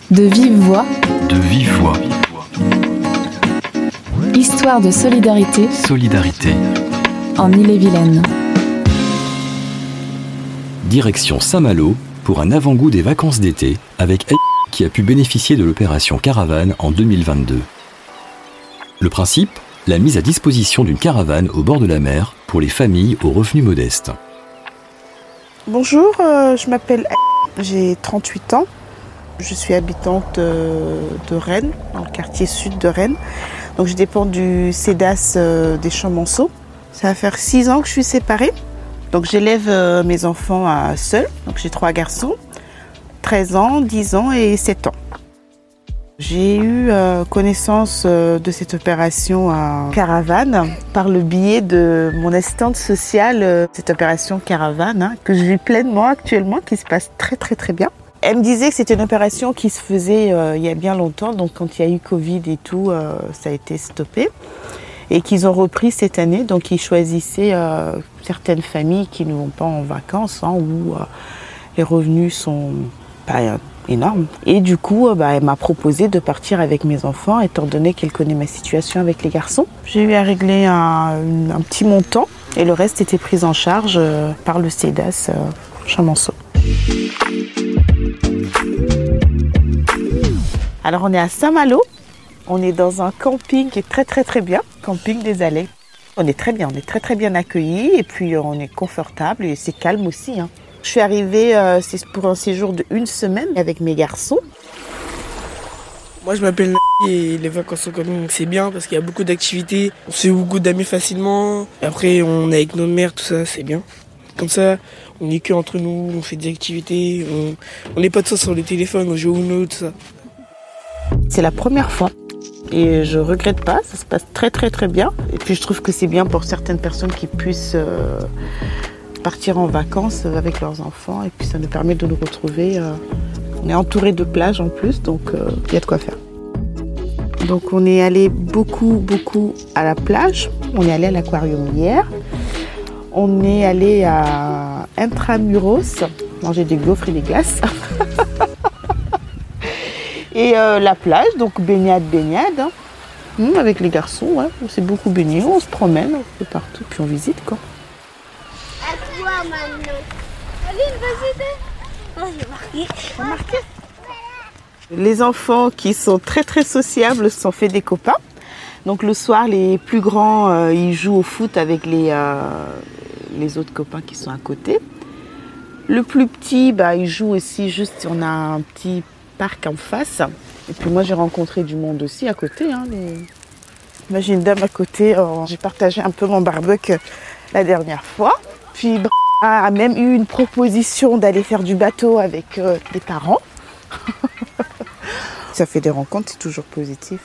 De vive voix. De vive voix. Histoire de solidarité. Solidarité. En Ille-et-Vilaine. Direction Saint-Malo pour un avant-goût des vacances d'été avec elle qui a pu bénéficier de l'opération Caravane en 2022. Le principe, la mise à disposition d'une caravane au bord de la mer pour les familles aux revenus modestes. Bonjour, je m'appelle j'ai 38 ans. Je suis habitante de Rennes, dans le quartier sud de Rennes. Donc je dépends du CEDAS des Champs-Monceaux. Ça va faire 6 ans que je suis séparée. Donc j'élève mes enfants seuls. Donc j'ai 3 garçons, 13 ans, 10 ans et 7 ans. J'ai eu connaissance de cette opération Caravane par le biais de mon assistante sociale, cette opération Caravane, que je vis pleinement actuellement, qui se passe très très très bien. Elle me disait que c'était une opération qui se faisait il y a bien longtemps, donc quand il y a eu Covid et tout, ça a été stoppé. Et qu'ils ont repris cette année, donc ils choisissaient certaines familles qui ne vont pas en vacances, où les revenus sont pas énormes. Et du coup, elle m'a proposé de partir avec mes enfants, étant donné qu'elle connaît ma situation avec les garçons. J'ai eu à régler un petit montant, et le reste était pris en charge par le CEDAS Champs-Monceaux. Alors on est à Saint-Malo, on est dans un camping qui est très très très bien, camping des Allées. On est très bien, on est très très bien accueillis et puis on est confortable et c'est calme aussi. Je suis arrivée, c'est pour un séjour de 1 semaine avec mes garçons. Moi je m'appelle et les vacances en camping c'est bien parce qu'il y a beaucoup d'activités, on se fait beaucoup d'amis facilement. Et après on est avec nos mères, tout ça c'est bien. Comme ça, on est que entre nous, on fait des activités, on n'est pas tous sur les téléphones, on joue au Uno, tout ça. C'est la première fois et je regrette pas, ça se passe très très très bien. Et puis je trouve que c'est bien pour certaines personnes qui puissent partir en vacances avec leurs enfants et puis ça nous permet de nous retrouver. On est entouré de plages en plus, donc il y a de quoi faire. Donc on est allé beaucoup à la plage, on est allé à l'aquarium hier. On est allé à Intramuros, manger des gaufres et des glaces. Et la plage, donc baignade. Avec les garçons, ouais. On s'est beaucoup baigné, on se promène, on fait partout, puis on visite, quoi. À toi maintenant. Aline, vas-y, j'ai marqué. Les enfants qui sont très très sociables se sont fait des copains. Donc le soir, les plus grands, ils jouent au foot avec les autres copains qui sont à côté. Le plus petit, il joue aussi, juste on a un petit parc en face. Et puis moi, j'ai rencontré du monde aussi à côté. Moi, j'ai une dame à côté, j'ai partagé un peu mon barbecue la dernière fois. Puis a même eu une proposition d'aller faire du bateau avec des parents. Ça fait des rencontres, c'est toujours positif.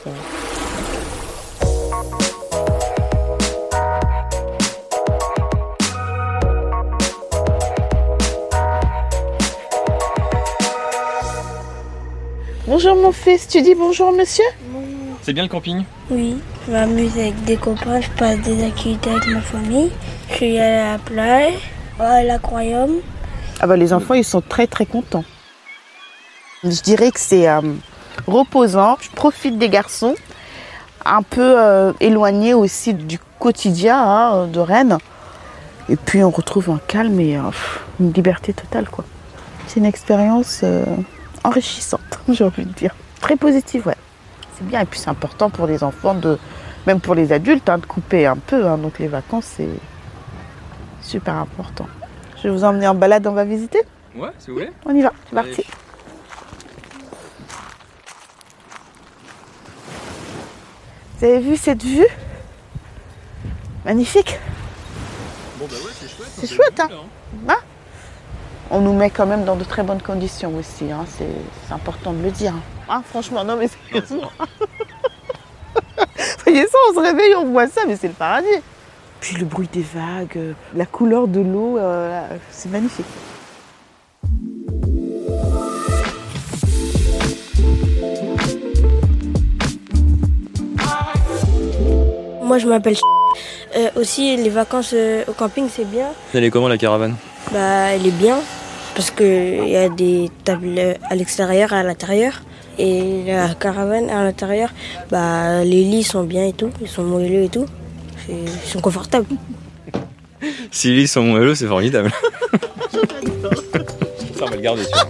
Bonjour mon fils, tu dis bonjour monsieur ? C'est bien le camping ? Oui, je m'amuse avec des copains, je passe des activités avec ma famille. Je suis allée à la plage, à l'aquarium. Les enfants ils sont très très contents. Je dirais que c'est reposant, je profite des garçons, un peu éloigné aussi du quotidien de Rennes. Et puis on retrouve un calme et une liberté totale, quoi. C'est une expérience enrichissante, j'ai envie de dire. Très positive, ouais. C'est bien. Et puis c'est important pour les enfants, même pour les adultes, de couper un peu. Donc les vacances, c'est super important. Je vais vous emmener en balade, on va visiter ? Ouais, si vous voulez. On y va, c'est parti. Vous avez vu cette vue ? Magnifique. Bon ouais, c'est chouette. C'est chouette, hein. On nous met quand même dans de très bonnes conditions aussi, c'est important de le dire. Franchement, non mais sérieusement. Voyez ça, on se réveille, on voit ça, mais c'est le paradis. Puis le bruit des vagues, la couleur de l'eau, c'est magnifique. Moi je m'appelle aussi les vacances au camping c'est bien. Elle est comment la caravane ? Elle est bien parce qu'il y a des tables à l'extérieur et à l'intérieur. Et la caravane à l'intérieur, les lits sont bien et tout, ils sont moelleux et tout. Ils sont confortables. Si les lits sont moelleux, c'est formidable. Ça, on va le garder sûr.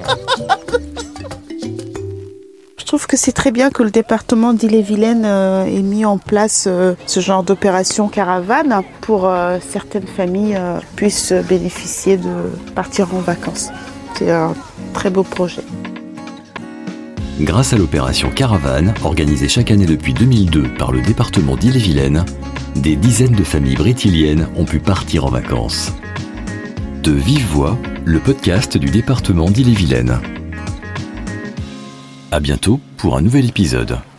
Je trouve que c'est très bien que le département d'Ille-et-Vilaine ait mis en place ce genre d'opération caravane pour certaines familles puissent bénéficier de partir en vacances. C'est un très beau projet. Grâce à l'opération Caravane, organisée chaque année depuis 2002 par le département d'Ille-et-Vilaine, des dizaines de familles brétiliennes ont pu partir en vacances. De Vive Voix, le podcast du département d'Ille-et-Vilaine. À bientôt pour un nouvel épisode.